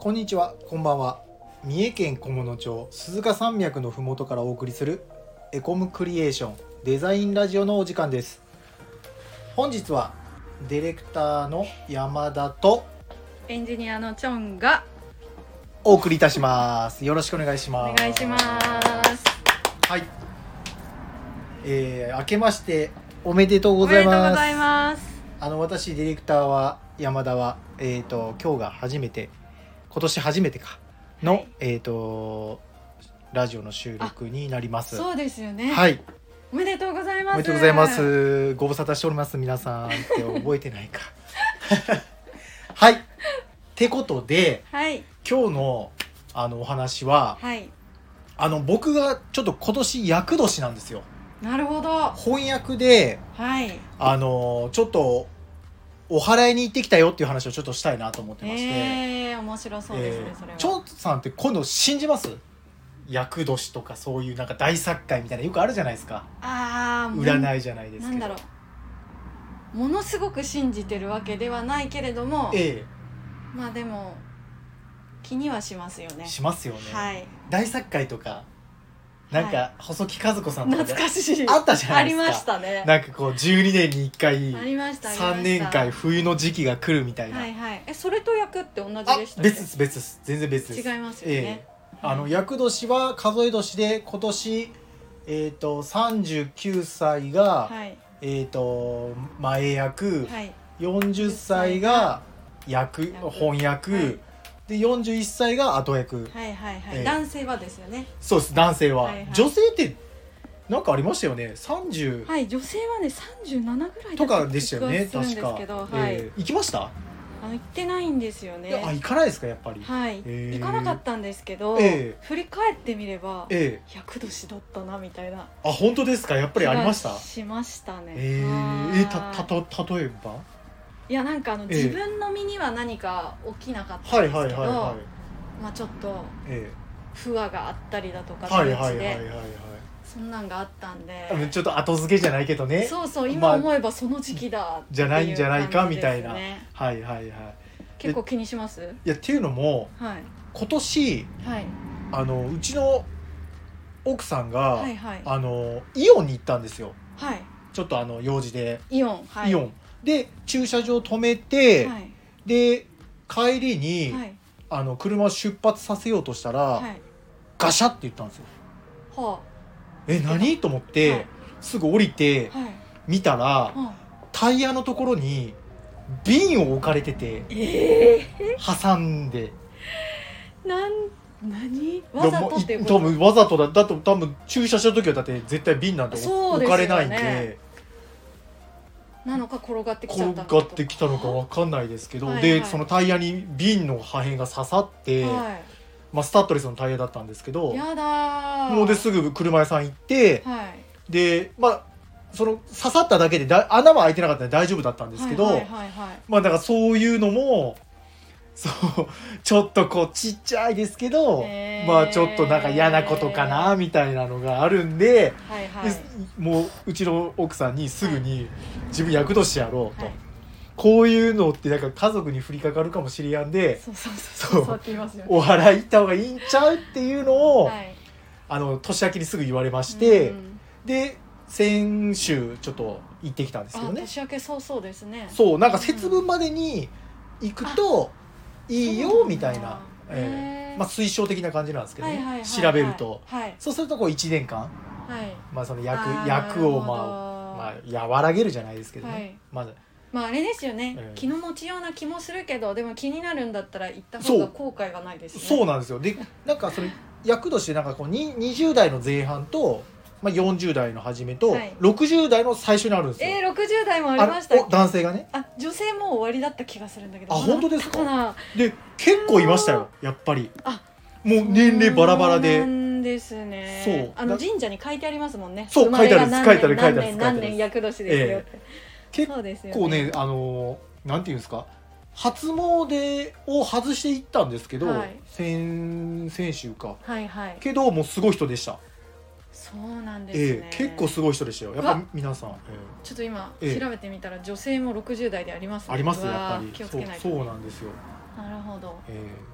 こんにちは、こんばんは。三重県菰野町鈴鹿山脈のふもとからお送りするエコムクリエーションデザインラジオのお時間です。本日はディレクターの山田とエンジニアのチョンがお送りいたします。よろしくお願いします。 お願いします。 はい、明けましておめでとうごおめざいます。 でとうございます。 私ディレクターは山田は今日が今年初めてかの、 はいラジオの収録になります。 そうですよね。 はい、 おめでとうございます。 おめでとうございます。ご無沙汰しております皆さんって覚えてないかはいってことではい今日のお話ははい。 僕がちょっと今年厄年なんですよ。 なるほど。 翻訳ではい。 ちょっとお祓いに行ってきたよっていう話をちょっとしたいなと思ってまして、 面白そうですね、それは。 チョンさんって今度信じます？厄年とかそういうなんか大殺界みたいなよくあるじゃないですか。占いじゃないですけど。 なんだろう。ものすごく信じてるわけではないけれども、まあでも気にはしますよね。 しますよね。 はい。 大殺界とかなんか細木数子さんとか懐かしい。 あったじゃないですか。 ありましたね。 なんかこう12年に1回ありました。 3年間冬の時期が来るみたいな。 はいはい。それと役って同じでしたっけ？ 別です。全然別です。 違いますよね。 厄年は数え年で今年39歳が、 はい、 前役、 はい、 40歳が翻訳、 はい、 で41歳が後役、 はいはいはい、男性はですよね。 そうです。男性は、 はいはい、 女性ってなんかありましたよね。30、 はい、女性はね37ぐらいとかでしたよね確か。はい、 行きました？ 行ってないんですよね。 行かないですかやっぱり。 はい、行かなかったんですけど、振り返ってみれば、厄年だったなみたいな。 本当ですか？やっぱりありました？ しましたね。 例えば？ いやなんか自分の身には何か起きなかったんですけど、まあちょっと不和があったりだとか身内でそんなんがあったんで、 ちょっと後付けじゃないけどね。 そう今思えばその時期だじゃないんじゃないかみたいな。 結構気にします？ いやっていうのも、今年、うちの奥さんが、イオンに行ったんですよ。ちょっと用事でイオンで駐車場止めて、で帰りに、車を出発させようとしたら、ガシャって言ったんですよ。何と思って、すぐ降りて、見たら、タイヤのところに瓶を置かれてて、挟んで何わざとっていうこと？ 多分わざとだと多分駐車した時はだって絶対瓶なんて置かれないんで、 なのか転がってきたのか分かんないですけど、でそのタイヤに瓶の破片が刺さって、スタッドレスのタイヤだったんですけど、 やだもうですぐ車屋さん行って、でその刺さっただけで穴は開いてなかったんで大丈夫だったんですけど、だからそういうのもちょっとこうちっちゃいですけど、ちょっとなんか嫌なことかなみたいなのがあるんで、もううちの奥さんにすぐに自分厄年やろうと、こういうのってなんか家族に降りかかるかもしれやんで、お祓い行った方がいいんちゃうっていうのを、年明けにすぐ言われまして、で先週ちょっと行ってきたんですよね。 年明け早々ですね。 なんか節分までに行くといいよみたいな、推奨的な感じなんですけどね、調べると、そうするとこう1年間、その厄を和らげるじゃないですけどね、 あれですよね、気の持ちような気もするけど、でも気になるんだったら行った方が後悔がないですね。 そうなんですよ。でなんかその厄年でなんかこう20代の前半と、40代の初めと、60代の最初にあるんですよ。 60代もありましたっけ？ 男性がね。 女性も終わりだった気がするんだけど。 本当ですか？で結構いましたよやっぱり。もう年齢バラバラで。 なんですね。神社に書いてありますもんね。 書いてある。 何年厄年ですよって。 結構ねなんていうんですか、初詣を外していったんですけど、先週か。けどもうすごい人でした。 そうなんですね。 結構すごい人でしたよやっぱ皆さん。 ちょっと今調べてみたら女性も60代でありますね。 ありますやっぱり。 気をつけないと。 そうなんですよ。 なるほど。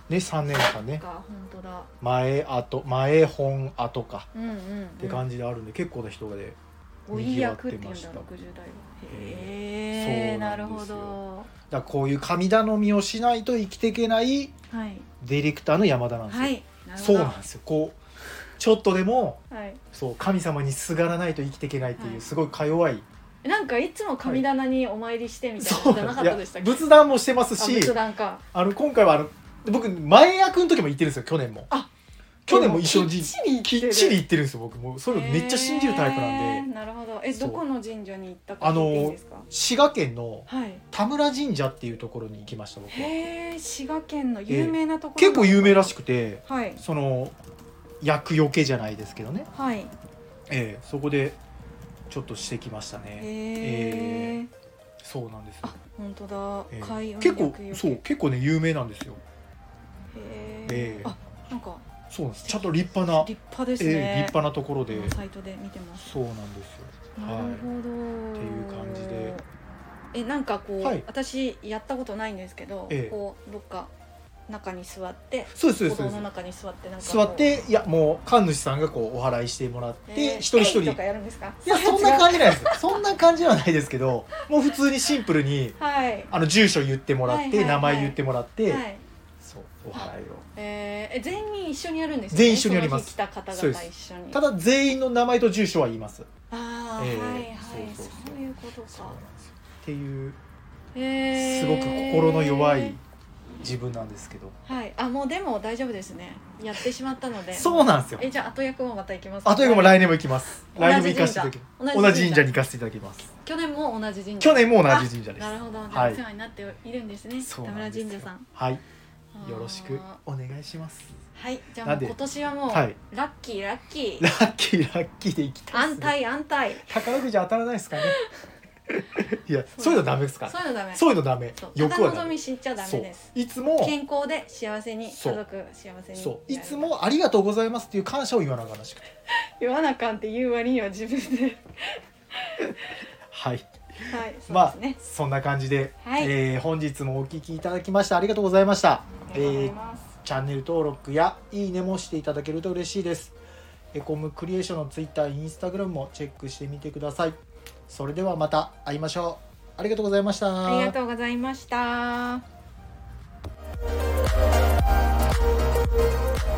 ね、3年間ね。 本当だ。 前本後か、って感じであるんで、結構な人がねおい役っていうんだ、60代は。へえ、なるほど。 だからこういう神頼みをしないと生きていけないディレクターの山田なんですよ。はい、そうなんですよ。こうちょっとでも、そう神様にすがらないと生きていけないっていう、すごいか弱い。 なんかいつも神棚にお参りしてみたいなのじゃなかったでしたっけ？ 仏壇もしてますし、 仏壇か。 今回は僕前役の時も行ってるんですよ、去年も。去年も一緒にきっちり行ってるんですよ。僕もそういうのめっちゃ信じるタイプなんで。 なるほど。どこの神社に行ったか聞いていいですか？ 滋賀県の田村神社っていうところに行きました、僕は。 へえ、滋賀県の有名なところ。 結構有名らしくて、その厄除けじゃないですけどね。そこでちょっとしてきましたね。そうなんですよ。 本当だ。 結構ね有名なんですよ。 なんかそうなんです。ちゃんと立派ですね。 立派なところで。 サイトで見てます。 そうなんですよ。 なるほど。 っていう感じで。 なんかこう、私やったことないんですけど、こうどっか中に座って、 そうです歩道の中に座ってなんか座って、いやもう神主さんがこうお祓いしてもらって、一人一人とかやるんですか？ いやそんな感じないです。そんな感じはないですけど、もう普通にシンプルに住所言ってもらって、名前言ってもらって、そうお祓いを。 全員一緒にやるんですよね。 全員一緒にやります。 来た方々一緒に。 ただ全員の名前と住所は言います。 そういうことか。 っていうすごく心の弱い自分なんですけど。 もうでも大丈夫ですね。やってしまったので。 そうなんですよ。 じゃあ後役もまた行きますか？ 後役も来年も行きます。来年も行かせていただきます。同じ神社に行かせていただきます。 去年も同じ神社。 去年も同じ神社です。 なるほど。お世話になっているんですね。田村神社さん。 はい。よろしくお願いします。 はい。じゃあ今年はもうラッキーで行きたい。 安泰。 宝くじ当たらないですかね。いや、そういうのダメですか？そういうのダメ。 欲は望みしちゃダメです。 いつも健康で幸せに、家族幸せに。 そう、いつもありがとうございますっていう感謝を言わなあかんらしくて。 言わなあかんって言う割には自分で。 はい。まあそんな感じで、本日もお聞きいただきましてありがとうございました。チャンネル登録やいいねもしていただけると嬉しいです。エコムクリエーションの Twitter、Instagram もチェックしてみてください。それではまた会いましょう。ありがとうございました。 ありがとうございました。